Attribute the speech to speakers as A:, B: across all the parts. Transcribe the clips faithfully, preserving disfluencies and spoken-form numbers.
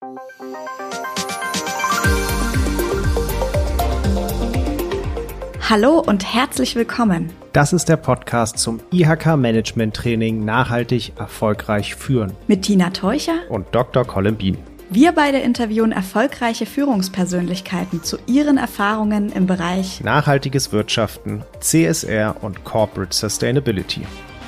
A: Hallo und herzlich willkommen.
B: Das ist der Podcast zum I H K-Management-Training Nachhaltig erfolgreich führen.
A: Mit Tina Teucher
B: und Doktor Colin Bean.
A: Wir beide interviewen erfolgreiche Führungspersönlichkeiten zu ihren Erfahrungen im Bereich
B: nachhaltiges Wirtschaften, C S R und Corporate Sustainability.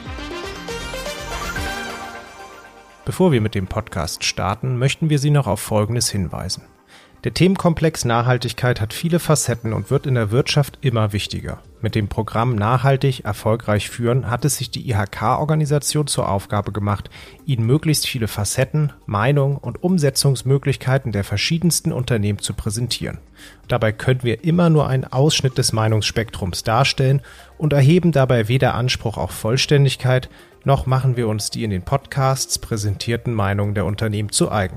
B: Bevor wir mit dem Podcast starten, möchten wir Sie noch auf Folgendes hinweisen. Der Themenkomplex Nachhaltigkeit hat viele Facetten und wird in der Wirtschaft immer wichtiger. Mit dem Programm Nachhaltig erfolgreich führen hat es sich die I H K-Organisation zur Aufgabe gemacht, Ihnen möglichst viele Facetten, Meinungen und Umsetzungsmöglichkeiten der verschiedensten Unternehmen zu präsentieren. Dabei können wir immer nur einen Ausschnitt des Meinungsspektrums darstellen und erheben dabei weder Anspruch auf Vollständigkeit, noch machen wir uns die in den Podcasts präsentierten Meinungen der Unternehmen zu eigen.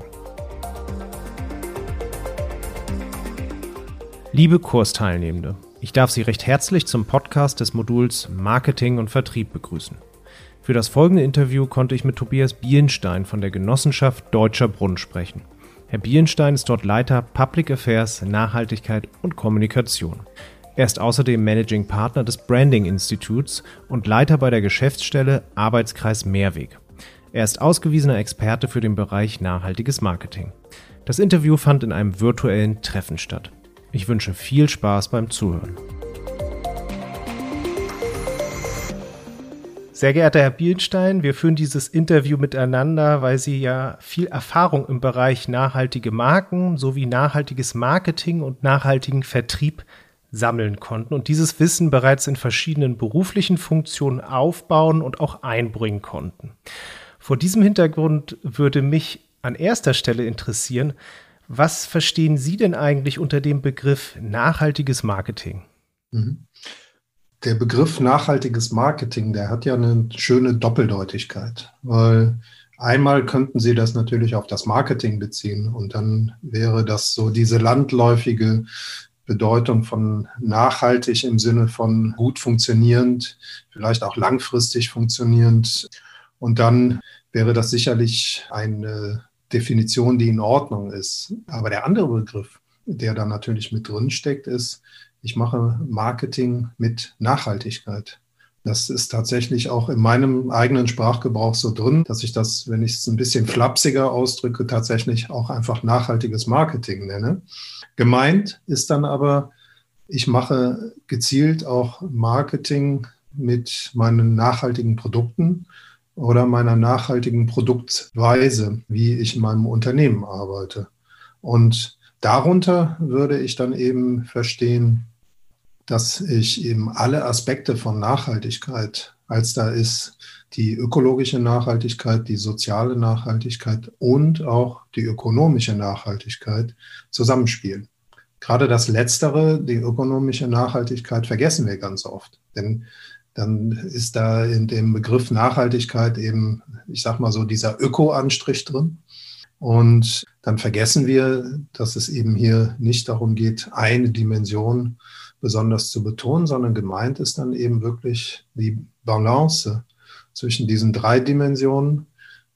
B: Liebe Kursteilnehmende, ich darf Sie recht herzlich zum Podcast des Moduls Marketing und Vertrieb begrüßen. Für das folgende Interview konnte ich mit Tobias Bielenstein von der Genossenschaft Deutscher Brunnen sprechen. Herr Bielenstein ist dort Leiter Public Affairs, Nachhaltigkeit und Kommunikation. Er ist außerdem Managing Partner des Branding Instituts und Leiter bei der Geschäftsstelle Arbeitskreis Mehrweg. Er ist ausgewiesener Experte für den Bereich nachhaltiges Marketing. Das Interview fand in einem virtuellen Treffen statt. Ich wünsche viel Spaß beim Zuhören. Sehr geehrter Herr Bielenstein, wir führen dieses Interview miteinander, weil Sie ja viel Erfahrung im Bereich nachhaltige Marken sowie nachhaltiges Marketing und nachhaltigen Vertrieb sammeln konnten und dieses Wissen bereits in verschiedenen beruflichen Funktionen aufbauen und auch einbringen konnten. Vor diesem Hintergrund würde mich an erster Stelle interessieren, was verstehen Sie denn eigentlich unter dem Begriff nachhaltiges Marketing?
C: Der Begriff nachhaltiges Marketing, der hat ja eine schöne Doppeldeutigkeit, weil einmal könnten Sie das natürlich auf das Marketing beziehen und dann wäre das so diese landläufige Bedeutung von nachhaltig im Sinne von gut funktionierend, vielleicht auch langfristig funktionierend, und dann wäre das sicherlich eine Definition, die in Ordnung ist. Aber der andere Begriff, der da natürlich mit drin steckt, ist, ich mache Marketing mit Nachhaltigkeit. Das ist tatsächlich auch in meinem eigenen Sprachgebrauch so drin, dass ich das, wenn ich es ein bisschen flapsiger ausdrücke, tatsächlich auch einfach nachhaltiges Marketing nenne. Gemeint ist dann aber, ich mache gezielt auch Marketing mit meinen nachhaltigen Produkten oder meiner nachhaltigen Produktweise, wie ich in meinem Unternehmen arbeite. Und darunter würde ich dann eben verstehen, dass ich eben alle Aspekte von Nachhaltigkeit, als da ist die ökologische Nachhaltigkeit, die soziale Nachhaltigkeit und auch die ökonomische Nachhaltigkeit zusammenspielen. Gerade das Letztere, die ökonomische Nachhaltigkeit, vergessen wir ganz oft. Denn dann ist da in dem Begriff Nachhaltigkeit eben, ich sag mal so, dieser Öko-Anstrich drin. Und dann vergessen wir, dass es eben hier nicht darum geht, eine Dimension besonders zu betonen, sondern gemeint ist dann eben wirklich die Balance zwischen diesen drei Dimensionen.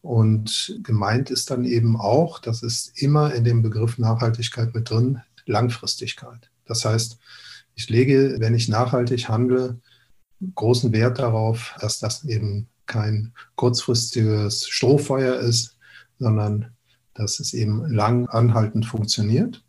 C: Und gemeint ist dann eben auch, das ist immer in dem Begriff Nachhaltigkeit mit drin, Langfristigkeit. Das heißt, ich lege, wenn ich nachhaltig handle, großen Wert darauf, dass das eben kein kurzfristiges Strohfeuer ist, sondern dass es eben lang anhaltend funktioniert.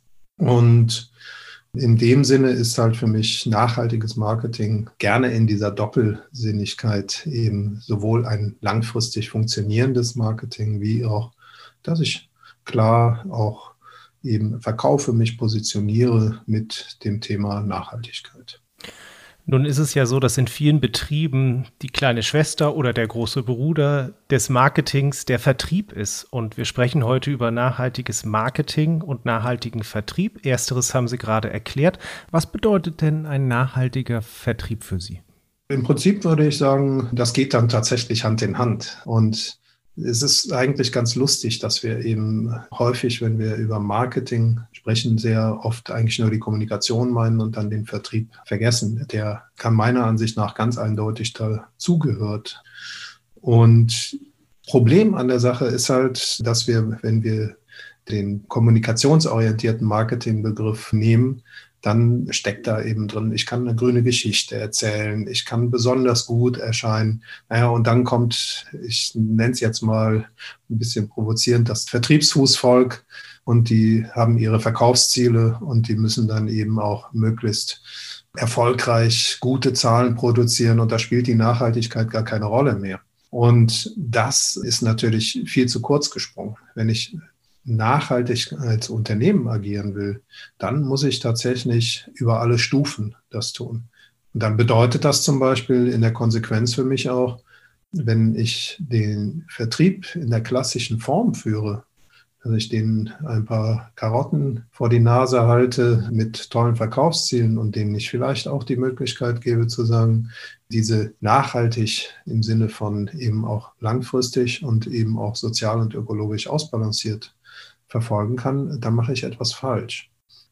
C: Und in dem Sinne ist halt für mich nachhaltiges Marketing gerne in dieser Doppelsinnigkeit eben sowohl ein langfristig funktionierendes Marketing wie auch, dass ich klar auch eben verkaufe, mich positioniere mit dem Thema Nachhaltigkeit.
B: Nun ist es ja so, dass in vielen Betrieben die kleine Schwester oder der große Bruder des Marketings der Vertrieb ist. Und wir sprechen heute über nachhaltiges Marketing und nachhaltigen Vertrieb. Ersteres haben Sie gerade erklärt. Was bedeutet denn ein nachhaltiger Vertrieb für Sie?
C: Im Prinzip würde ich sagen, das geht dann tatsächlich Hand in Hand. Und es ist eigentlich ganz lustig, dass wir eben häufig, wenn wir über Marketing sprechen, sehr oft eigentlich nur die Kommunikation meinen und dann den Vertrieb vergessen. Der kann meiner Ansicht nach ganz eindeutig dazugehört. Und Problem an der Sache ist halt, dass wir, wenn wir den kommunikationsorientierten Marketingbegriff nehmen, dann steckt da eben drin, ich kann eine grüne Geschichte erzählen, ich kann besonders gut erscheinen. Naja, und dann kommt, ich nenne es jetzt mal ein bisschen provozierend, das Vertriebsfußvolk, und die haben ihre Verkaufsziele und die müssen dann eben auch möglichst erfolgreich gute Zahlen produzieren, und da spielt die Nachhaltigkeit gar keine Rolle mehr. Und das ist natürlich viel zu kurz gesprungen. Wenn ich nachhaltig als Unternehmen agieren will, dann muss ich tatsächlich über alle Stufen das tun. Und dann bedeutet das zum Beispiel in der Konsequenz für mich auch, wenn ich den Vertrieb in der klassischen Form führe, dass ich denen ein paar Karotten vor die Nase halte mit tollen Verkaufszielen und denen ich vielleicht auch die Möglichkeit gebe zu sagen, diese nachhaltig im Sinne von eben auch langfristig und eben auch sozial und ökologisch ausbalanciert verfolgen kann, dann mache ich etwas falsch.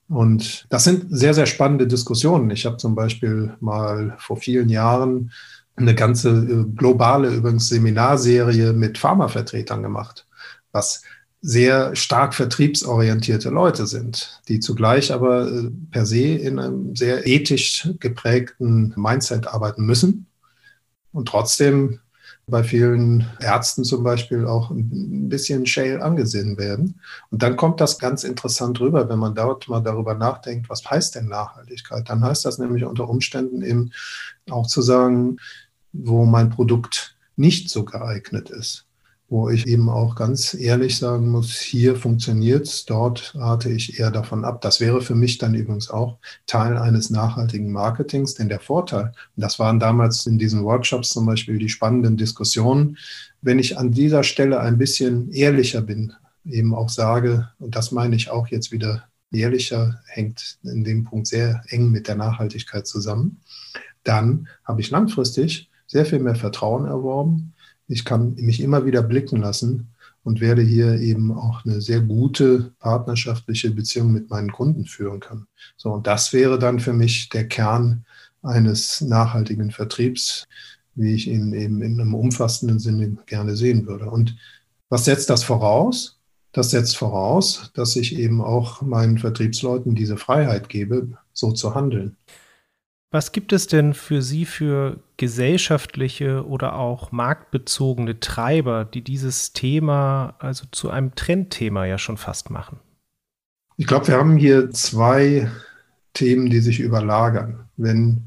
C: Und das sind sehr, sehr spannende Diskussionen. Ich habe zum Beispiel mal vor vielen Jahren eine ganze globale, übrigens Seminarserie mit Pharmavertretern gemacht, was sehr stark vertriebsorientierte Leute sind, die zugleich aber per se in einem sehr ethisch geprägten Mindset arbeiten müssen und trotzdem bei vielen Ärzten zum Beispiel auch ein bisschen scheel angesehen werden. Und dann kommt das ganz interessant rüber, wenn man dort mal darüber nachdenkt, was heißt denn Nachhaltigkeit? Dann heißt das nämlich unter Umständen eben auch zu sagen, wo mein Produkt nicht so geeignet ist, wo ich eben auch ganz ehrlich sagen muss, hier funktioniert es, dort rate ich eher davon ab. Das wäre für mich dann übrigens auch Teil eines nachhaltigen Marketings, denn der Vorteil, und das waren damals in diesen Workshops zum Beispiel die spannenden Diskussionen, wenn ich an dieser Stelle ein bisschen ehrlicher bin, eben auch sage, und das meine ich auch jetzt wieder, ehrlicher hängt in dem Punkt sehr eng mit der Nachhaltigkeit zusammen, dann habe ich langfristig sehr viel mehr Vertrauen erworben. Ich kann mich immer wieder blicken lassen und werde hier eben auch eine sehr gute partnerschaftliche Beziehung mit meinen Kunden führen können. So, und das wäre dann für mich der Kern eines nachhaltigen Vertriebs, wie ich ihn eben in einem umfassenden Sinne gerne sehen würde. Und was setzt das voraus? Das setzt voraus, dass ich eben auch meinen Vertriebsleuten diese Freiheit gebe, so zu handeln.
B: Was gibt es denn für Sie für gesellschaftliche oder auch marktbezogene Treiber, die dieses Thema also zu einem Trendthema ja schon fast machen?
C: Ich glaube, wir haben hier zwei Themen, die sich überlagern. Wenn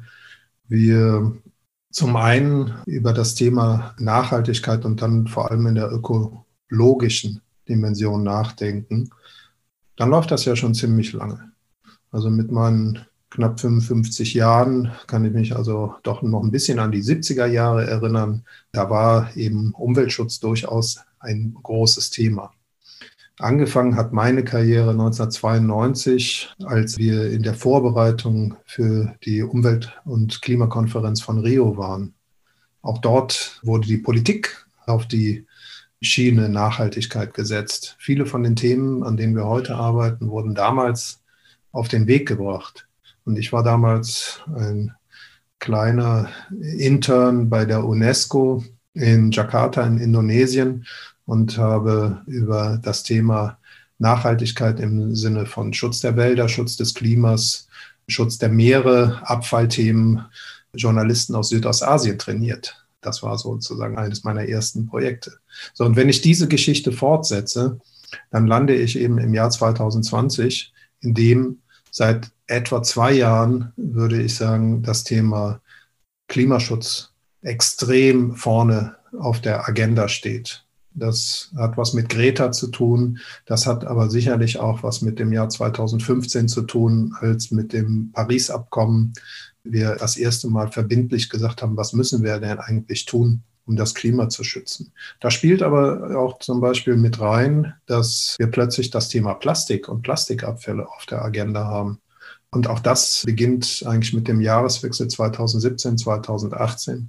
C: wir zum einen über das Thema Nachhaltigkeit und dann vor allem in der ökologischen Dimension nachdenken, dann läuft das ja schon ziemlich lange. Also mit meinen knapp fünfundfünfzig Jahren kann ich mich also doch noch ein bisschen an die siebziger Jahre erinnern. Da war eben Umweltschutz durchaus ein großes Thema. Angefangen hat meine Karriere neunzehnhundertzweiundneunzig, als wir in der Vorbereitung für die Umwelt- und Klimakonferenz von Rio waren. Auch dort wurde die Politik auf die Schiene Nachhaltigkeit gesetzt. Viele von den Themen, an denen wir heute arbeiten, wurden damals auf den Weg gebracht. Und ich war damals ein kleiner Intern bei der UNESCO in Jakarta in Indonesien und habe über das Thema Nachhaltigkeit im Sinne von Schutz der Wälder, Schutz des Klimas, Schutz der Meere, Abfallthemen Journalisten aus Südostasien trainiert. Das war sozusagen eines meiner ersten Projekte. So, und wenn ich diese Geschichte fortsetze, dann lande ich eben im Jahr zwanzig zwanzig, in dem seit etwa zwei Jahren, würde ich sagen, das Thema Klimaschutz extrem vorne auf der Agenda steht. Das hat was mit Greta zu tun, das hat aber sicherlich auch was mit dem Jahr zweitausendfünfzehn zu tun, als mit dem Paris-Abkommen wir das erste Mal verbindlich gesagt haben, was müssen wir denn eigentlich tun, um das Klima zu schützen. Da spielt aber auch zum Beispiel mit rein, dass wir plötzlich das Thema Plastik und Plastikabfälle auf der Agenda haben. Und auch das beginnt eigentlich mit dem Jahreswechsel zweitausendsiebzehn, zweitausendachtzehn,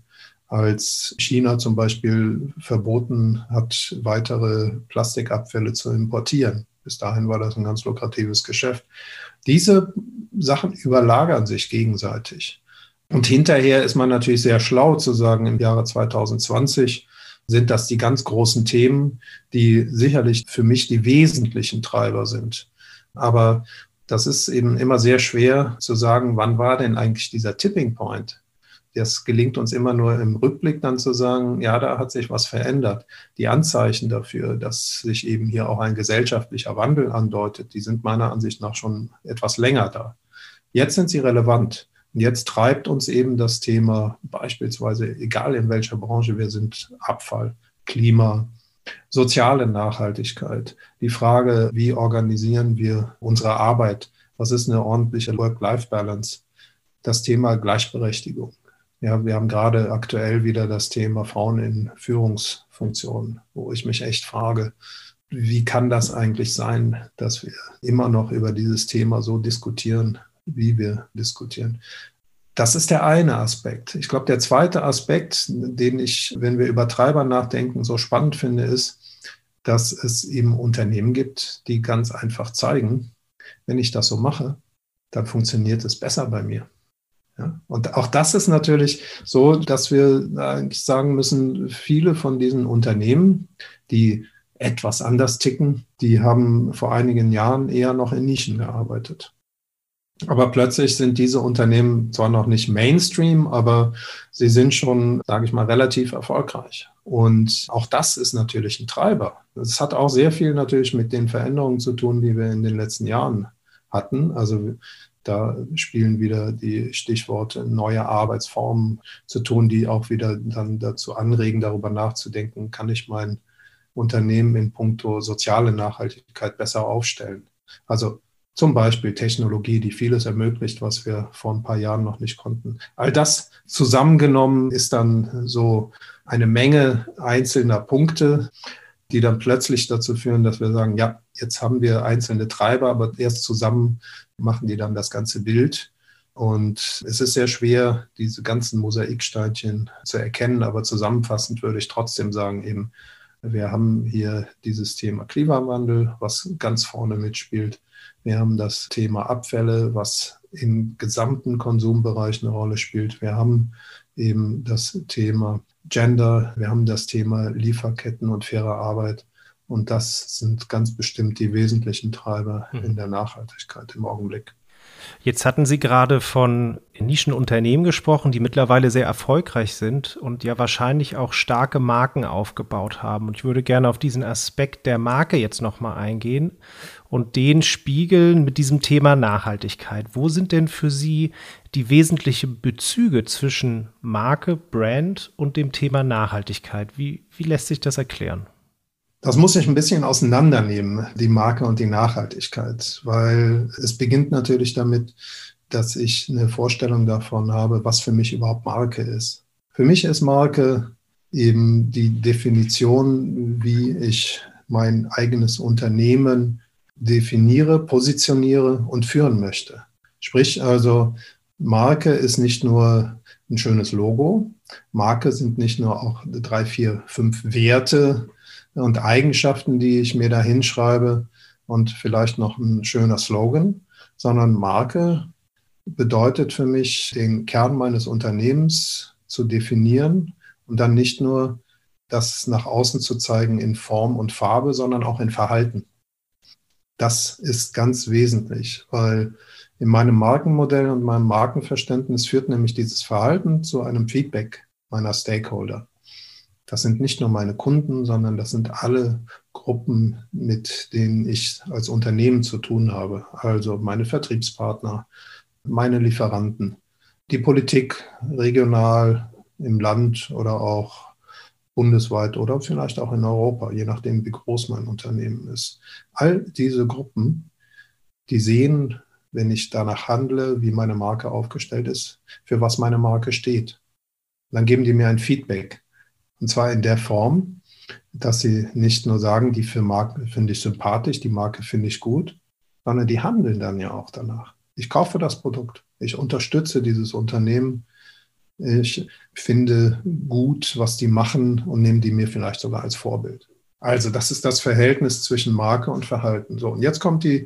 C: als China zum Beispiel verboten hat, weitere Plastikabfälle zu importieren. Bis dahin war das ein ganz lukratives Geschäft. Diese Sachen überlagern sich gegenseitig. Und hinterher ist man natürlich sehr schlau zu sagen, im Jahre zweitausendzwanzig sind das die ganz großen Themen, die sicherlich für mich die wesentlichen Treiber sind. Aber das ist eben immer sehr schwer zu sagen, wann war denn eigentlich dieser Tipping Point? Das gelingt uns immer nur im Rückblick dann zu sagen, ja, da hat sich was verändert. Die Anzeichen dafür, dass sich eben hier auch ein gesellschaftlicher Wandel andeutet, die sind meiner Ansicht nach schon etwas länger da. Jetzt sind sie relevant. Und jetzt treibt uns eben das Thema beispielsweise, egal in welcher Branche wir sind, Abfall, Klima, soziale Nachhaltigkeit, die Frage, wie organisieren wir unsere Arbeit, was ist eine ordentliche Work-Life-Balance, das Thema Gleichberechtigung. Ja, wir haben gerade aktuell wieder das Thema Frauen in Führungsfunktionen, wo ich mich echt frage, wie kann das eigentlich sein, dass wir immer noch über dieses Thema so diskutieren, wie wir diskutieren. Das ist der eine Aspekt. Ich glaube, der zweite Aspekt, den ich, wenn wir über Treiber nachdenken, so spannend finde, ist, dass es eben Unternehmen gibt, die ganz einfach zeigen, wenn ich das so mache, dann funktioniert es besser bei mir. Ja, und auch das ist natürlich so, dass wir eigentlich sagen müssen, viele von diesen Unternehmen, die etwas anders ticken, die haben vor einigen Jahren eher noch in Nischen gearbeitet. Aber plötzlich sind diese Unternehmen zwar noch nicht Mainstream, aber sie sind schon, sage ich mal, relativ erfolgreich. Und auch das ist natürlich ein Treiber. Das hat auch sehr viel natürlich mit den Veränderungen zu tun, die wir in den letzten Jahren hatten. Also da spielen wieder die Stichworte neue Arbeitsformen zu tun, die auch wieder dann dazu anregen, darüber nachzudenken, kann ich mein Unternehmen in puncto soziale Nachhaltigkeit besser aufstellen. Also zum Beispiel Technologie, die vieles ermöglicht, was wir vor ein paar Jahren noch nicht konnten. All das zusammengenommen ist dann so eine Menge einzelner Punkte, die dann plötzlich dazu führen, dass wir sagen, ja, jetzt haben wir einzelne Treiber, aber erst zusammen machen die dann das ganze Bild. Und es ist sehr schwer, diese ganzen Mosaiksteinchen zu erkennen, aber zusammenfassend würde ich trotzdem sagen, eben, wir haben hier dieses Thema Klimawandel, was ganz vorne mitspielt. Wir haben das Thema Abfälle, was im gesamten Konsumbereich eine Rolle spielt. Wir haben eben das Thema Gender, wir haben das Thema Lieferketten und faire Arbeit. Und das sind ganz bestimmt die wesentlichen Treiber mhm. in der Nachhaltigkeit im Augenblick.
B: Jetzt hatten Sie gerade von Nischenunternehmen gesprochen, die mittlerweile sehr erfolgreich sind und ja wahrscheinlich auch starke Marken aufgebaut haben. Und ich würde gerne auf diesen Aspekt der Marke jetzt nochmal eingehen und den spiegeln mit diesem Thema Nachhaltigkeit. Wo sind denn für Sie die wesentlichen Bezüge zwischen Marke, Brand und dem Thema Nachhaltigkeit? Wie, wie lässt sich das erklären?
C: Das muss ich ein bisschen auseinandernehmen, die Marke und die Nachhaltigkeit, weil es beginnt natürlich damit, dass ich eine Vorstellung davon habe, was für mich überhaupt Marke ist. Für mich ist Marke eben die Definition, wie ich mein eigenes Unternehmen definiere, positioniere und führen möchte. Sprich also, Marke ist nicht nur ein schönes Logo, Marke sind nicht nur auch drei, vier, fünf Werte und Eigenschaften, die ich mir da hinschreibe und vielleicht noch ein schöner Slogan, sondern Marke bedeutet für mich, den Kern meines Unternehmens zu definieren und dann nicht nur das nach außen zu zeigen in Form und Farbe, sondern auch in Verhalten. Das ist ganz wesentlich, weil in meinem Markenmodell und meinem Markenverständnis führt nämlich dieses Verhalten zu einem Feedback meiner Stakeholder. Das sind nicht nur meine Kunden, sondern das sind alle Gruppen, mit denen ich als Unternehmen zu tun habe. Also meine Vertriebspartner, meine Lieferanten, die Politik regional, im Land oder auch bundesweit oder vielleicht auch in Europa, je nachdem, wie groß mein Unternehmen ist. All diese Gruppen, die sehen, wenn ich danach handle, wie meine Marke aufgestellt ist, für was meine Marke steht. Dann geben die mir ein Feedback. Und zwar in der Form, dass sie nicht nur sagen, die Marke finde ich sympathisch, die Marke finde ich gut, sondern die handeln dann ja auch danach. Ich kaufe das Produkt, ich unterstütze dieses Unternehmen, ich finde gut, was die machen und nehme die mir vielleicht sogar als Vorbild. Also das ist das Verhältnis zwischen Marke und Verhalten. So, und jetzt kommt die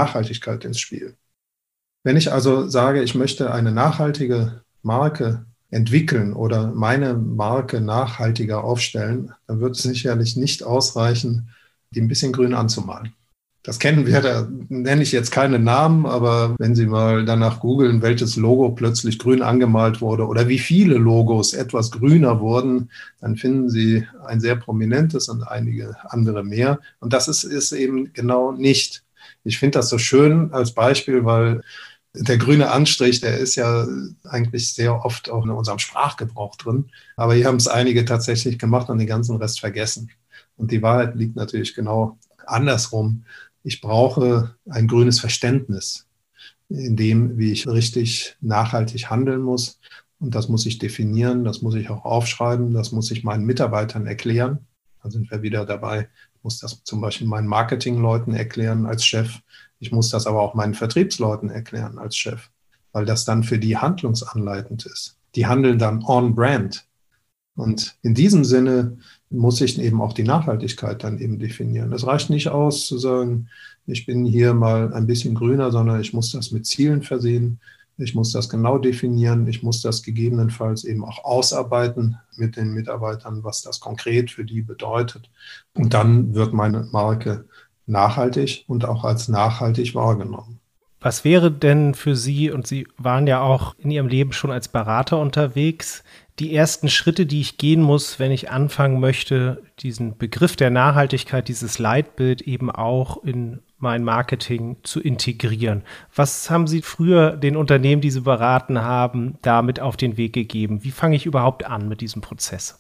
C: Nachhaltigkeit ins Spiel. Wenn ich also sage, ich möchte eine nachhaltige Marke entwickeln oder meine Marke nachhaltiger aufstellen, dann wird es sicherlich nicht ausreichen, die ein bisschen grün anzumalen. Das kennen wir, da nenne ich jetzt keine Namen, aber wenn Sie mal danach googeln, welches Logo plötzlich grün angemalt wurde oder wie viele Logos etwas grüner wurden, dann finden Sie ein sehr prominentes und einige andere mehr. Und das ist, ist eben genau nicht. Ich finde das so schön als Beispiel, weil der grüne Anstrich, der ist ja eigentlich sehr oft auch in unserem Sprachgebrauch drin. Aber hier haben es einige tatsächlich gemacht und den ganzen Rest vergessen. Und die Wahrheit liegt natürlich genau andersrum. Ich brauche ein grünes Verständnis in dem, wie ich richtig nachhaltig handeln muss. Und das muss ich definieren, das muss ich auch aufschreiben, das muss ich meinen Mitarbeitern erklären. Da sind wir wieder dabei. Ich muss das zum Beispiel meinen Marketingleuten erklären als Chef. Ich muss das aber auch meinen Vertriebsleuten erklären als Chef, weil das dann für die handlungsanleitend ist. Die handeln dann on-brand. Und in diesem Sinne muss ich eben auch die Nachhaltigkeit dann eben definieren. Es reicht nicht aus zu sagen, ich bin hier mal ein bisschen grüner, sondern ich muss das mit Zielen versehen. Ich muss das genau definieren. Ich muss das gegebenenfalls eben auch ausarbeiten mit den Mitarbeitern, was das konkret für die bedeutet. Und dann wird meine Marke nachhaltig und auch als nachhaltig wahrgenommen.
B: Was wäre denn für Sie, und Sie waren ja auch in Ihrem Leben schon als Berater unterwegs, die ersten Schritte, die ich gehen muss, wenn ich anfangen möchte, diesen Begriff der Nachhaltigkeit, dieses Leitbild eben auch in mein Marketing zu integrieren? Was haben Sie früher den Unternehmen, die Sie beraten haben, damit auf den Weg gegeben? Wie fange ich überhaupt an mit diesem Prozess?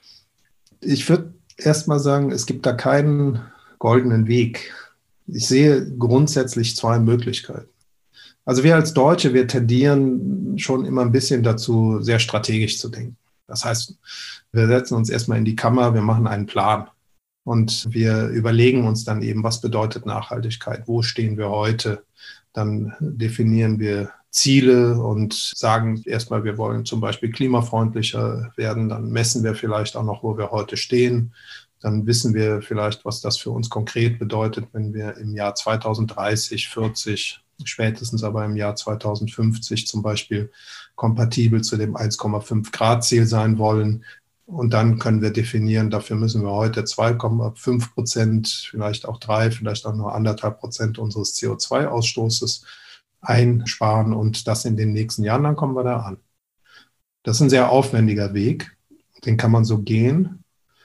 C: Ich würde erst mal sagen, es gibt da keinen goldenen Weg. Ich sehe grundsätzlich zwei Möglichkeiten. Also wir als Deutsche, wir tendieren schon immer ein bisschen dazu, sehr strategisch zu denken. Das heißt, wir setzen uns erstmal in die Kammer, wir machen einen Plan und wir überlegen uns dann eben, was bedeutet Nachhaltigkeit, wo stehen wir heute. Dann definieren wir Ziele und sagen erstmal, wir wollen zum Beispiel klimafreundlicher werden. Dann messen wir vielleicht auch noch, wo wir heute stehen. Dann wissen wir vielleicht, was das für uns konkret bedeutet, wenn wir im Jahr zweitausenddreißig, vierzig, spätestens aber im Jahr zweitausendfünfzig zum Beispiel kompatibel zu dem eins Komma fünf Grad Ziel sein wollen. Und dann können wir definieren, dafür müssen wir heute zwei Komma fünf Prozent, vielleicht auch drei, vielleicht auch nur anderthalb Prozent unseres C O zwei Ausstoßes einsparen und das in den nächsten Jahren, dann kommen wir da an. Das ist ein sehr aufwendiger Weg, den kann man so gehen.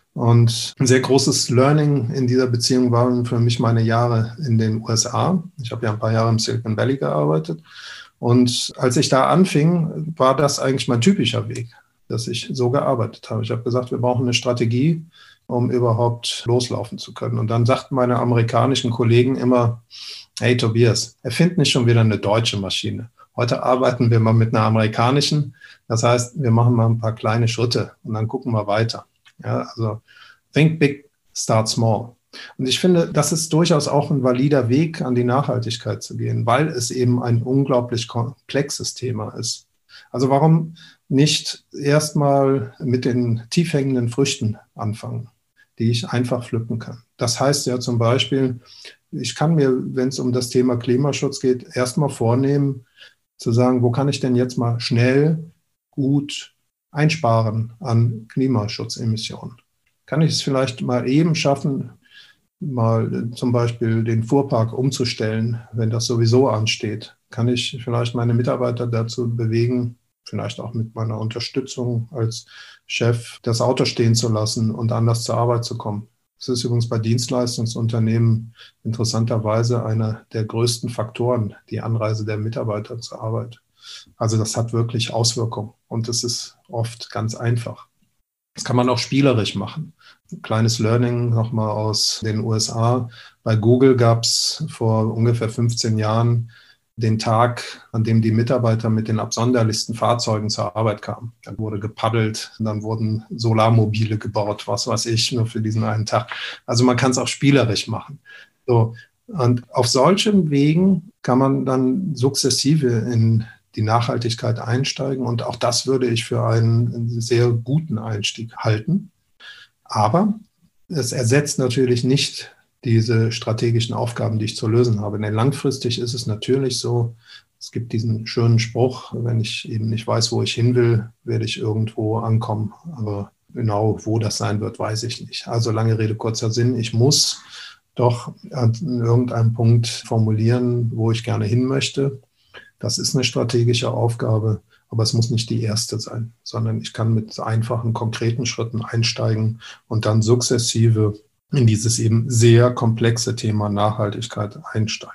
C: Und ein sehr großes Learning in dieser Beziehung waren für mich meine Jahre in den U S A. Ich habe ja ein paar Jahre im Silicon Valley gearbeitet. Und als ich da anfing, war das eigentlich mein typischer Weg, dass ich so gearbeitet habe. Ich habe gesagt, wir brauchen eine Strategie, um überhaupt loslaufen zu können. Und dann sagten meine amerikanischen Kollegen immer, hey Tobias, erfind nicht schon wieder eine deutsche Maschine. Heute arbeiten wir mal mit einer amerikanischen. Das heißt, wir machen mal ein paar kleine Schritte und dann gucken wir weiter. Ja, also think big, start small. Und ich finde, das ist durchaus auch ein valider Weg, an die Nachhaltigkeit zu gehen, weil es eben ein unglaublich komplexes Thema ist. Also warum nicht erstmal mit den tief hängenden Früchten anfangen, die ich einfach pflücken kann? Das heißt ja zum Beispiel, ich kann mir, wenn es um das Thema Klimaschutz geht, erstmal vornehmen, zu sagen, wo kann ich denn jetzt mal schnell, gut einsparen an Klimaschutzemissionen? Kann ich es vielleicht mal eben schaffen, mal zum Beispiel den Fuhrpark umzustellen, wenn das sowieso ansteht? Kann ich vielleicht meine Mitarbeiter dazu bewegen, vielleicht auch mit meiner Unterstützung als Chef, das Auto stehen zu lassen und anders zur Arbeit zu kommen? Das ist übrigens bei Dienstleistungsunternehmen interessanterweise einer der größten Faktoren, die Anreise der Mitarbeiter zur Arbeit. Also das hat wirklich Auswirkungen und es ist oft ganz einfach. Das kann man auch spielerisch machen. Ein kleines Learning nochmal aus den U S A. Bei Google gab es vor ungefähr fünfzehn Jahren den Tag, an dem die Mitarbeiter mit den absonderlichsten Fahrzeugen zur Arbeit kamen. Dann wurde gepaddelt, dann wurden Solarmobile gebaut, was weiß ich, nur für diesen einen Tag. Also man kann es auch spielerisch machen. So, und auf solchen Wegen kann man dann sukzessive in die Nachhaltigkeit einsteigen. Und auch das würde ich für einen sehr guten Einstieg halten. Aber es ersetzt natürlich nicht diese strategischen Aufgaben, die ich zu lösen habe. Denn langfristig ist es natürlich so, Es gibt diesen schönen Spruch, wenn ich eben nicht weiß, wo ich hin will, werde ich irgendwo ankommen. Aber genau, wo das sein wird, weiß ich nicht. Also lange Rede, kurzer Sinn. Ich muss doch an irgendeinem Punkt formulieren, wo ich gerne hin möchte. Das ist eine strategische Aufgabe, aber es muss nicht die erste sein, sondern ich kann mit einfachen, konkreten Schritten einsteigen und dann sukzessive in dieses eben sehr komplexe Thema Nachhaltigkeit einsteigen.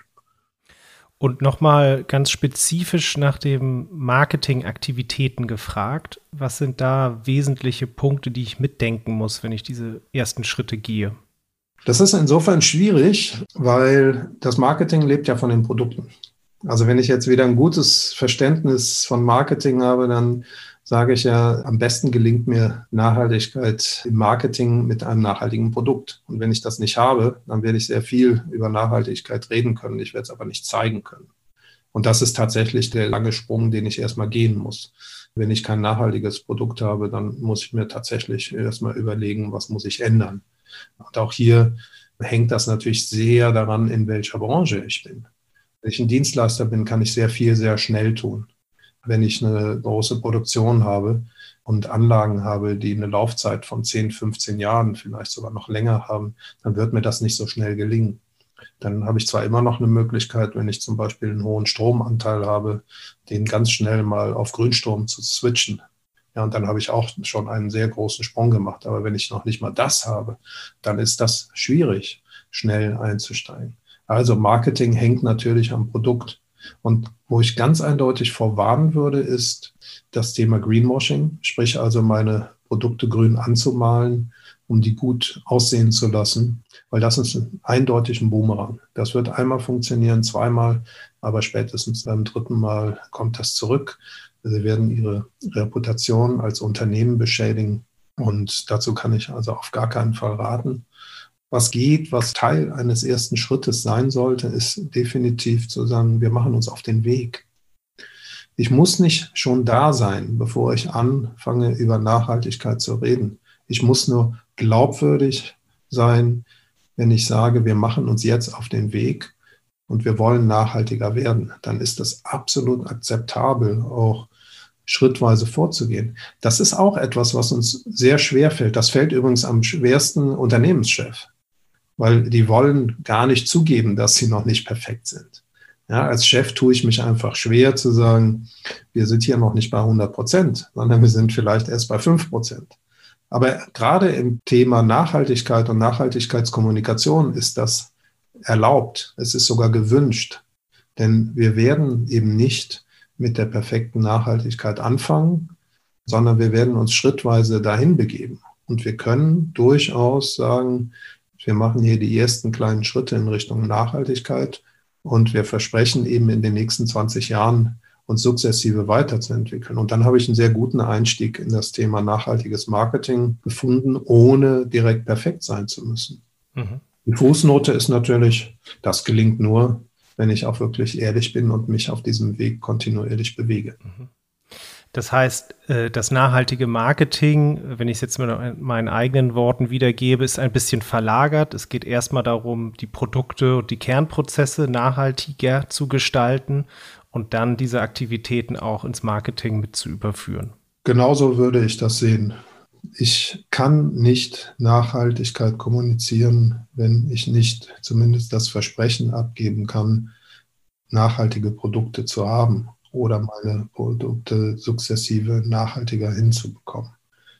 B: Und nochmal ganz spezifisch nach den Marketingaktivitäten gefragt. Was sind da wesentliche Punkte, die ich mitdenken muss, wenn ich diese ersten Schritte gehe?
C: Das ist insofern schwierig, weil das Marketing lebt ja von den Produkten. Also wenn ich jetzt wieder ein gutes Verständnis von Marketing habe, dann sage ich ja, am besten gelingt mir Nachhaltigkeit im Marketing mit einem nachhaltigen Produkt. Und wenn ich das nicht habe, dann werde ich sehr viel über Nachhaltigkeit reden können. Ich werde es aber nicht zeigen können. Und das ist tatsächlich der lange Sprung, den ich erstmal gehen muss. Wenn ich kein nachhaltiges Produkt habe, dann muss ich mir tatsächlich erstmal überlegen, was muss ich ändern. Und auch hier hängt das natürlich sehr daran, in welcher Branche ich bin. Wenn ich ein Dienstleister bin, kann ich sehr viel, sehr schnell tun. Wenn ich eine große Produktion habe und Anlagen habe, die eine Laufzeit von zehn, fünfzehn Jahren, vielleicht sogar noch länger haben, dann wird mir das nicht so schnell gelingen. Dann habe ich zwar immer noch eine Möglichkeit, wenn ich zum Beispiel einen hohen Stromanteil habe, den ganz schnell mal auf Grünstrom zu switchen. Ja, und dann habe ich auch schon einen sehr großen Sprung gemacht. Aber wenn ich noch nicht mal das habe, dann ist das schwierig, schnell einzusteigen. Also Marketing hängt natürlich am Produkt. Und wo ich ganz eindeutig vorwarnen würde, ist das Thema Greenwashing, sprich also meine Produkte grün anzumalen, um die gut aussehen zu lassen, weil das ist eindeutig ein Boomerang. Das wird einmal funktionieren, zweimal, aber spätestens beim dritten Mal kommt das zurück. Sie werden ihre Reputation als Unternehmen beschädigen und dazu kann ich also auf gar keinen Fall raten. Was geht, was Teil eines ersten Schrittes sein sollte, ist definitiv zu sagen, wir machen uns auf den Weg. Ich muss nicht schon da sein, bevor ich anfange, über Nachhaltigkeit zu reden. Ich muss nur glaubwürdig sein, wenn ich sage, wir machen uns jetzt auf den Weg und wir wollen nachhaltiger werden. Dann ist das absolut akzeptabel, auch schrittweise vorzugehen. Das ist auch etwas, was uns sehr schwer fällt. Das fällt übrigens am schwersten Unternehmenschef, weil die wollen gar nicht zugeben, dass sie noch nicht perfekt sind. Ja, als Chef tue ich mich einfach schwer zu sagen, wir sind hier noch nicht bei hundert Prozent, sondern wir sind vielleicht erst bei fünf Prozent. Aber gerade im Thema Nachhaltigkeit und Nachhaltigkeitskommunikation ist das erlaubt. Es ist sogar gewünscht, denn wir werden eben nicht mit der perfekten Nachhaltigkeit anfangen, sondern wir werden uns schrittweise dahin begeben. Und wir können durchaus sagen, wir machen hier die ersten kleinen Schritte in Richtung Nachhaltigkeit und wir versprechen eben in den nächsten zwanzig Jahren uns sukzessive weiterzuentwickeln. Und dann habe ich einen sehr guten Einstieg in das Thema nachhaltiges Marketing gefunden, ohne direkt perfekt sein zu müssen. Mhm. Die Fußnote ist natürlich, das gelingt nur, wenn ich auch wirklich ehrlich bin und mich auf diesem Weg kontinuierlich bewege.
B: Das heißt, das nachhaltige Marketing, wenn ich es jetzt mit meinen eigenen Worten wiedergebe, ist ein bisschen verlagert. Es geht erstmal darum, die Produkte und die Kernprozesse nachhaltiger zu gestalten und dann diese Aktivitäten auch ins Marketing mit zu überführen.
C: Genauso würde ich das sehen. Ich kann nicht Nachhaltigkeit kommunizieren, wenn ich nicht zumindest das Versprechen abgeben kann, nachhaltige Produkte zu haben oder meine Produkte sukzessive nachhaltiger hinzubekommen.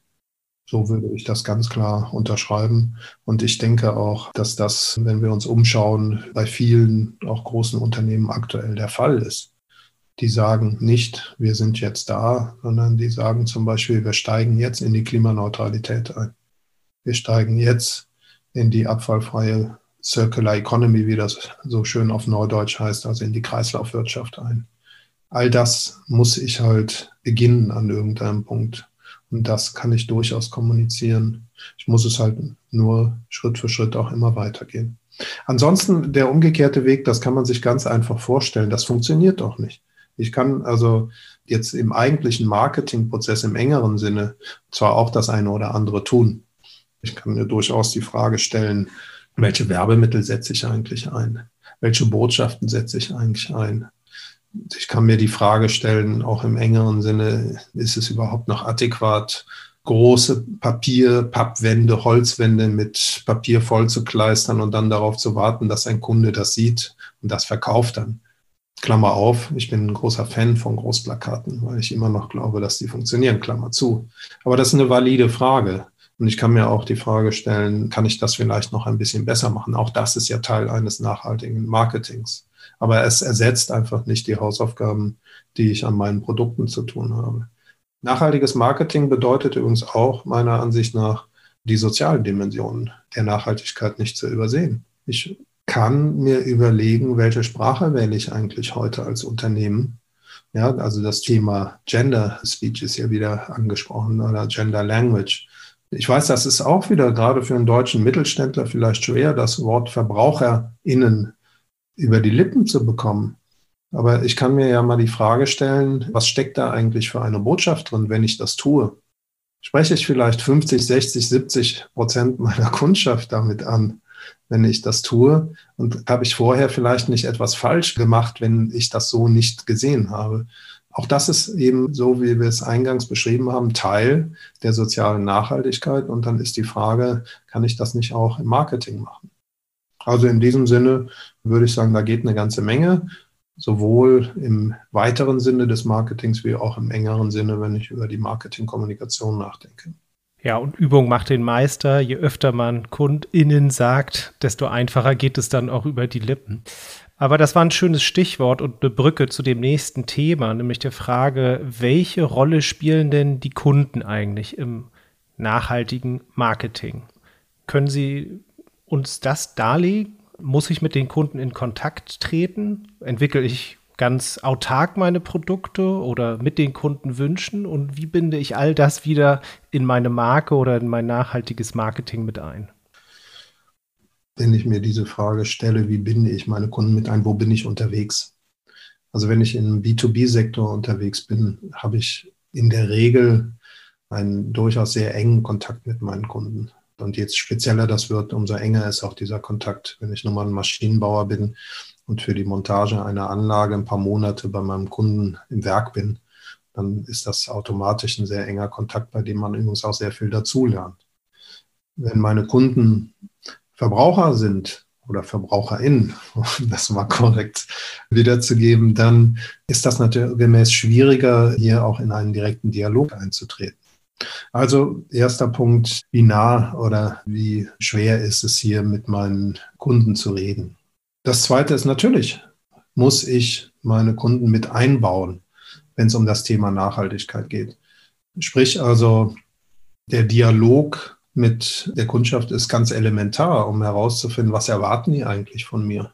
C: So würde ich das ganz klar unterschreiben. Und ich denke auch, dass das, wenn wir uns umschauen, bei vielen auch großen Unternehmen aktuell der Fall ist. Die sagen nicht, wir sind jetzt da, sondern die sagen zum Beispiel, wir steigen jetzt in die Klimaneutralität ein. Wir steigen jetzt in die abfallfreie Circular Economy, wie das so schön auf Neudeutsch heißt, also in die Kreislaufwirtschaft ein. All das muss ich halt beginnen an irgendeinem Punkt. Und das kann ich durchaus kommunizieren. Ich muss es halt nur Schritt für Schritt auch immer weitergehen. Ansonsten der umgekehrte Weg, das kann man sich ganz einfach vorstellen. Das funktioniert doch nicht. Ich kann also jetzt im eigentlichen Marketingprozess im engeren Sinne zwar auch das eine oder andere tun. Ich kann mir durchaus die Frage stellen, welche Werbemittel setze ich eigentlich ein? Welche Botschaften setze ich eigentlich ein? Ich kann mir die Frage stellen, auch im engeren Sinne, ist es überhaupt noch adäquat, große Papier, Pappwände, Holzwände mit Papier voll zu kleistern und dann darauf zu warten, dass ein Kunde das sieht und das verkauft dann. Klammer auf, ich bin ein großer Fan von Großplakaten, weil ich immer noch glaube, dass die funktionieren, Klammer zu. Aber das ist eine valide Frage. Und ich kann mir auch die Frage stellen, kann ich das vielleicht noch ein bisschen besser machen? Auch das ist ja Teil eines nachhaltigen Marketings. Aber es ersetzt einfach nicht die Hausaufgaben, die ich an meinen Produkten zu tun habe. Nachhaltiges Marketing bedeutet übrigens auch, meiner Ansicht nach, die sozialen Dimensionen der Nachhaltigkeit nicht zu übersehen. Ich kann mir überlegen, welche Sprache wähle ich eigentlich heute als Unternehmen. Ja, also das Thema Gender Speech ist ja wieder angesprochen oder Gender Language. Ich weiß, das ist auch wieder gerade für einen deutschen Mittelständler vielleicht schwer, das Wort VerbraucherInnen über die Lippen zu bekommen. Aber ich kann mir ja mal die Frage stellen, was steckt da eigentlich für eine Botschaft drin, wenn ich das tue? Spreche ich vielleicht fünfzig, sechzig, siebzig Prozent meiner Kundschaft damit an, wenn ich das tue? Und habe ich vorher vielleicht nicht etwas falsch gemacht, wenn ich das so nicht gesehen habe? Auch das ist eben, so wie wir es eingangs beschrieben haben, Teil der sozialen Nachhaltigkeit. Und dann ist die Frage, kann ich das nicht auch im Marketing machen? Also in diesem Sinne würde ich sagen, da geht eine ganze Menge, sowohl im weiteren Sinne des Marketings wie auch im engeren Sinne, wenn ich über die Marketingkommunikation nachdenke.
B: Ja, und Übung macht den Meister. Je öfter man KundInnen sagt, desto einfacher geht es dann auch über die Lippen. Aber das war ein schönes Stichwort und eine Brücke zu dem nächsten Thema, nämlich der Frage, welche Rolle spielen denn die Kunden eigentlich im nachhaltigen Marketing? Können Sie uns das darlegen? Muss ich mit den Kunden in Kontakt treten? Entwickle ich ganz autark meine Produkte oder mit den Kundenwünschen? Und wie binde ich all das wieder in meine Marke oder in mein nachhaltiges Marketing mit ein?
C: Wenn ich mir diese Frage stelle, wie binde ich meine Kunden mit ein, wo bin ich unterwegs? Also wenn ich im B zwei B-Sektor unterwegs bin, habe ich in der Regel einen durchaus sehr engen Kontakt mit meinen Kunden. Und je spezieller das wird, umso enger ist auch dieser Kontakt. Wenn ich nun mal ein Maschinenbauer bin und für die Montage einer Anlage ein paar Monate bei meinem Kunden im Werk bin, dann ist das automatisch ein sehr enger Kontakt, bei dem man übrigens auch sehr viel dazulernt. Wenn meine Kunden Verbraucher sind oder VerbraucherInnen, um das mal korrekt wiederzugeben, dann ist das naturgemäß schwieriger, hier auch in einen direkten Dialog einzutreten. Also erster Punkt, wie nah oder wie schwer ist es hier mit meinen Kunden zu reden. Das zweite ist natürlich, muss ich meine Kunden mit einbauen, wenn es um das Thema Nachhaltigkeit geht. Sprich also, der Dialog mit der Kundschaft ist ganz elementar, um herauszufinden, was erwarten die eigentlich von mir?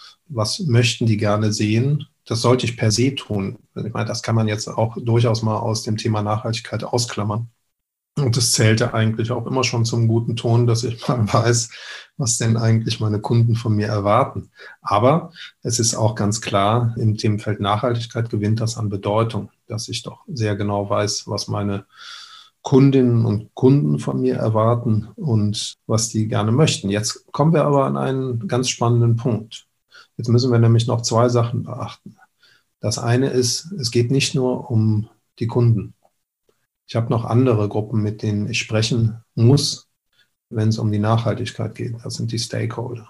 C: Was möchten die gerne sehen? Das sollte ich per se tun. Ich meine, das kann man jetzt auch durchaus mal aus dem Thema Nachhaltigkeit ausklammern. Und das zählte eigentlich auch immer schon zum guten Ton, dass ich mal weiß, was denn eigentlich meine Kunden von mir erwarten. Aber es ist auch ganz klar, im Themenfeld Nachhaltigkeit gewinnt das an Bedeutung, dass ich doch sehr genau weiß, was meine Kundinnen und Kunden von mir erwarten und was die gerne möchten. Jetzt kommen wir aber an einen ganz spannenden Punkt. Jetzt müssen wir nämlich noch zwei Sachen beachten. Das eine ist, es geht nicht nur um die Kunden. Ich habe noch andere Gruppen, mit denen ich sprechen muss, wenn es um die Nachhaltigkeit geht. Das sind die Stakeholder.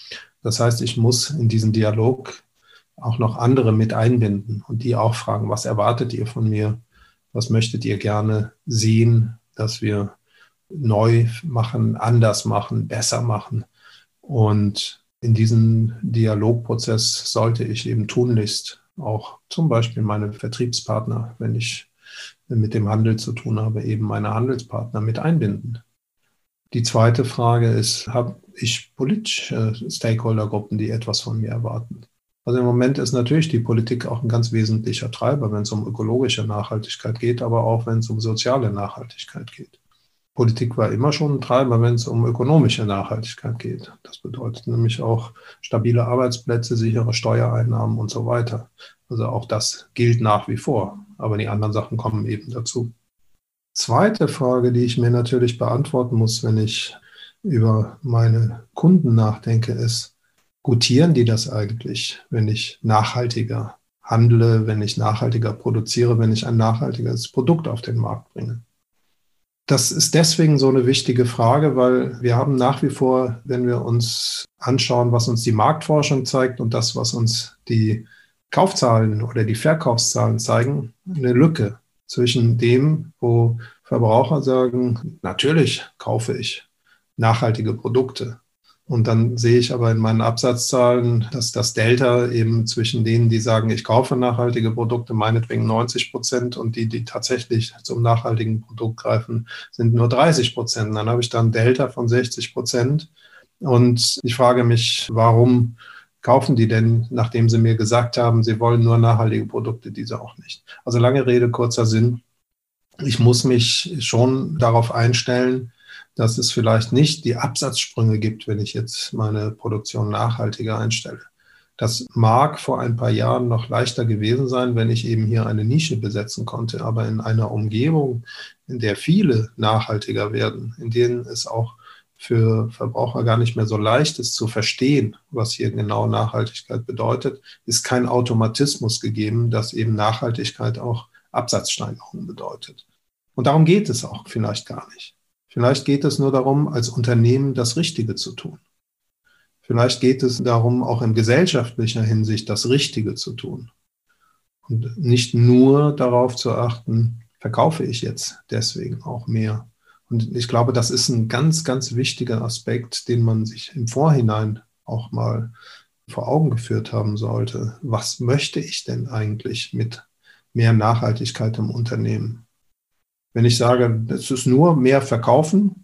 C: Das heißt, ich muss in diesen Dialog auch noch andere mit einbinden und die auch fragen, was erwartet ihr von mir? Was möchtet ihr gerne sehen, dass wir neu machen, anders machen, besser machen? Und in diesem Dialogprozess sollte ich eben tunlichst auch zum Beispiel meine Vertriebspartner, wenn ich mit dem Handel zu tun habe, eben meine Handelspartner mit einbinden. Die zweite Frage ist, habe ich politische Stakeholdergruppen, die etwas von mir erwarten? Also im Moment ist natürlich die Politik auch ein ganz wesentlicher Treiber, wenn es um ökologische Nachhaltigkeit geht, aber auch wenn es um soziale Nachhaltigkeit geht. Politik war immer schon ein Treiber, wenn es um ökonomische Nachhaltigkeit geht. Das bedeutet nämlich auch stabile Arbeitsplätze, sichere Steuereinnahmen und so weiter. Also auch das gilt nach wie vor, aber die anderen Sachen kommen eben dazu. Zweite Frage, die ich mir natürlich beantworten muss, wenn ich über meine Kunden nachdenke, ist, gutieren die das eigentlich, wenn ich nachhaltiger handle, wenn ich nachhaltiger produziere, wenn ich ein nachhaltiges Produkt auf den Markt bringe? Das ist deswegen so eine wichtige Frage, weil wir haben nach wie vor, wenn wir uns anschauen, was uns die Marktforschung zeigt und das, was uns die Kaufzahlen oder die Verkaufszahlen zeigen, eine Lücke zwischen dem, wo Verbraucher sagen, natürlich kaufe ich nachhaltige Produkte. Und dann sehe ich aber in meinen Absatzzahlen, dass das Delta eben zwischen denen, die sagen, ich kaufe nachhaltige Produkte, meinetwegen neunzig Prozent, und die, die tatsächlich zum nachhaltigen Produkt greifen, sind nur dreißig Prozent. Dann habe ich da ein Delta von sechzig Prozent. Und ich frage mich, warum kaufen die denn, nachdem sie mir gesagt haben, sie wollen nur nachhaltige Produkte, diese auch nicht? Also lange Rede, kurzer Sinn. Ich muss mich schon darauf einstellen, dass es vielleicht nicht die Absatzsprünge gibt, wenn ich jetzt meine Produktion nachhaltiger einstelle. Das mag vor ein paar Jahren noch leichter gewesen sein, wenn ich eben hier eine Nische besetzen konnte. Aber in einer Umgebung, in der viele nachhaltiger werden, in denen es auch für Verbraucher gar nicht mehr so leicht ist zu verstehen, was hier genau Nachhaltigkeit bedeutet, ist kein Automatismus gegeben, dass eben Nachhaltigkeit auch Absatzsteigerung bedeutet. Und darum geht es auch vielleicht gar nicht. Vielleicht geht es nur darum, als Unternehmen das Richtige zu tun. Vielleicht geht es darum, auch in gesellschaftlicher Hinsicht das Richtige zu tun. Und nicht nur darauf zu achten, verkaufe ich jetzt deswegen auch mehr. Und ich glaube, das ist ein ganz, ganz wichtiger Aspekt, den man sich im Vorhinein auch mal vor Augen geführt haben sollte. Was möchte ich denn eigentlich mit mehr Nachhaltigkeit im Unternehmen? Wenn ich sage, es ist nur mehr verkaufen,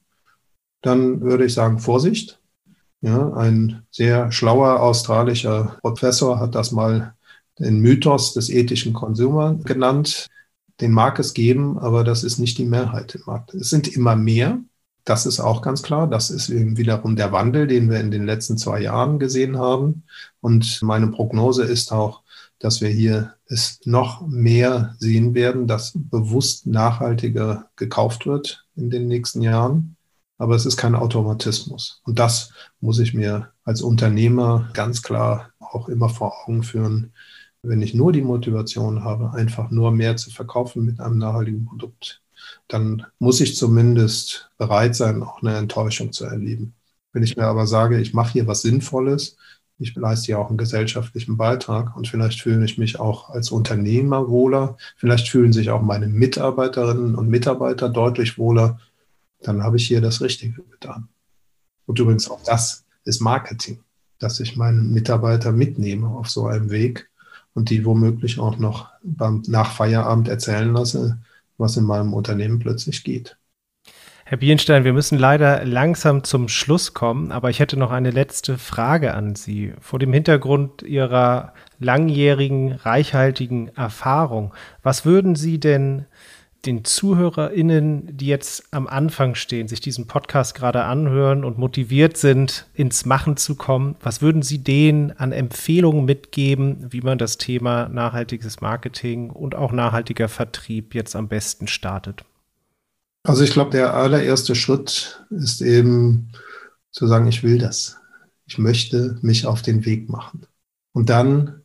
C: dann würde ich sagen, Vorsicht. Ja, ein sehr schlauer australischer Professor hat das mal den Mythos des ethischen Konsumers genannt. Den mag es geben, aber das ist nicht die Mehrheit im Markt. Es sind immer mehr, das ist auch ganz klar. Das ist eben wiederum der Wandel, den wir in den letzten zwei Jahren gesehen haben. Und meine Prognose ist auch, dass wir hier es noch mehr sehen werden, dass bewusst nachhaltiger gekauft wird in den nächsten Jahren. Aber es ist kein Automatismus. Und das muss ich mir als Unternehmer ganz klar auch immer vor Augen führen. Wenn ich nur die Motivation habe, einfach nur mehr zu verkaufen mit einem nachhaltigen Produkt, dann muss ich zumindest bereit sein, auch eine Enttäuschung zu erleben. Wenn ich mir aber sage, ich mache hier was Sinnvolles, ich leiste ja auch einen gesellschaftlichen Beitrag und vielleicht fühle ich mich auch als Unternehmer wohler, vielleicht fühlen sich auch meine Mitarbeiterinnen und Mitarbeiter deutlich wohler, dann habe ich hier das Richtige getan. Und übrigens auch das ist Marketing, dass ich meinen Mitarbeiter mitnehme auf so einem Weg und die womöglich auch noch beim nach Feierabend erzählen lasse, was in meinem Unternehmen plötzlich geht.
B: Herr Bienstein, wir müssen leider langsam zum Schluss kommen, aber ich hätte noch eine letzte Frage an Sie. Vor dem Hintergrund Ihrer langjährigen, reichhaltigen Erfahrung, was würden Sie denn den ZuhörerInnen, die jetzt am Anfang stehen, sich diesen Podcast gerade anhören und motiviert sind, ins Machen zu kommen, was würden Sie denen an Empfehlungen mitgeben, wie man das Thema nachhaltiges Marketing und auch nachhaltiger Vertrieb jetzt am besten startet?
C: Also ich glaube, der allererste Schritt ist eben zu sagen, ich will das. Ich möchte mich auf den Weg machen. Und dann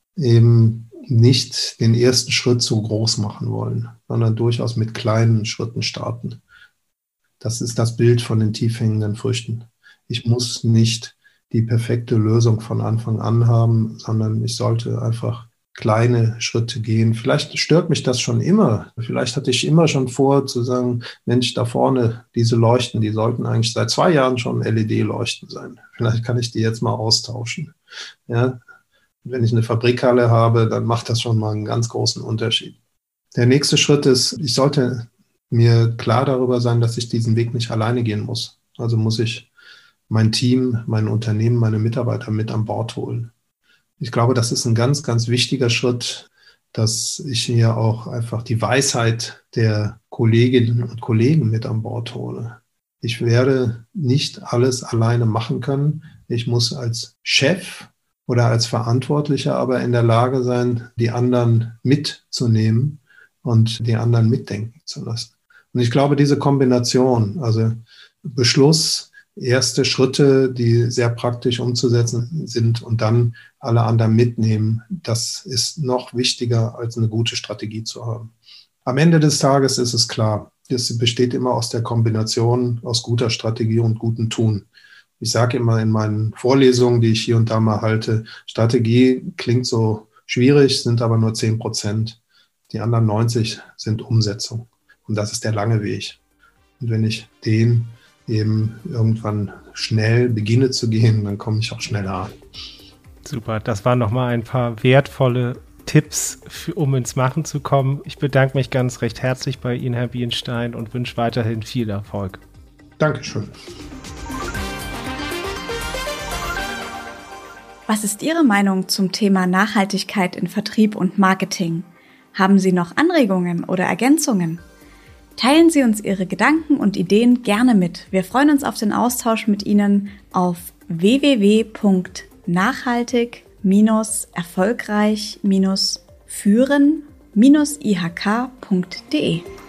C: eben nicht den ersten Schritt so groß machen wollen, sondern durchaus mit kleinen Schritten starten. Das ist das Bild von den tief hängenden Früchten. Ich muss nicht die perfekte Lösung von Anfang an haben, sondern ich sollte einfach kleine Schritte gehen. Vielleicht stört mich das schon immer. Vielleicht hatte ich immer schon vor zu sagen, Mensch, da vorne diese Leuchten, die sollten eigentlich seit zwei Jahren schon L E D-Leuchten sein. Vielleicht kann ich die jetzt mal austauschen. Ja, wenn ich eine Fabrikhalle habe, dann macht das schon mal einen ganz großen Unterschied. Der nächste Schritt ist, ich sollte mir klar darüber sein, dass ich diesen Weg nicht alleine gehen muss. Also muss ich mein Team, mein Unternehmen, meine Mitarbeiter mit an Bord holen. Ich glaube, das ist ein ganz, ganz wichtiger Schritt, dass ich hier auch einfach die Weisheit der Kolleginnen und Kollegen mit an Bord hole. Ich werde nicht alles alleine machen können. Ich muss als Chef oder als Verantwortlicher aber in der Lage sein, die anderen mitzunehmen und die anderen mitdenken zu lassen. Und ich glaube, diese Kombination, also Beschluss, erste Schritte, die sehr praktisch umzusetzen sind und dann alle anderen mitnehmen. Das ist noch wichtiger, als eine gute Strategie zu haben. Am Ende des Tages ist es klar, es besteht immer aus der Kombination aus guter Strategie und gutem Tun. Ich sage immer in meinen Vorlesungen, die ich hier und da mal halte, Strategie klingt so schwierig, sind aber nur zehn Prozent. Die anderen neunzig sind Umsetzung. Und das ist der lange Weg. Und wenn ich den eben irgendwann schnell beginne zu gehen, dann komme ich auch schneller an.
B: Super, das waren nochmal ein paar wertvolle Tipps, für, um ins Machen zu kommen. Ich bedanke mich ganz recht herzlich bei Ihnen, Herr Bienstein, und wünsche weiterhin viel Erfolg.
C: Dankeschön.
A: Was ist Ihre Meinung zum Thema Nachhaltigkeit in Vertrieb und Marketing? Haben Sie noch Anregungen oder Ergänzungen? Teilen Sie uns Ihre Gedanken und Ideen gerne mit. Wir freuen uns auf den Austausch mit Ihnen auf w w w punkt nachhaltig Bindestrich erfolgreich Bindestrich führen Bindestrich i h k punkt d e.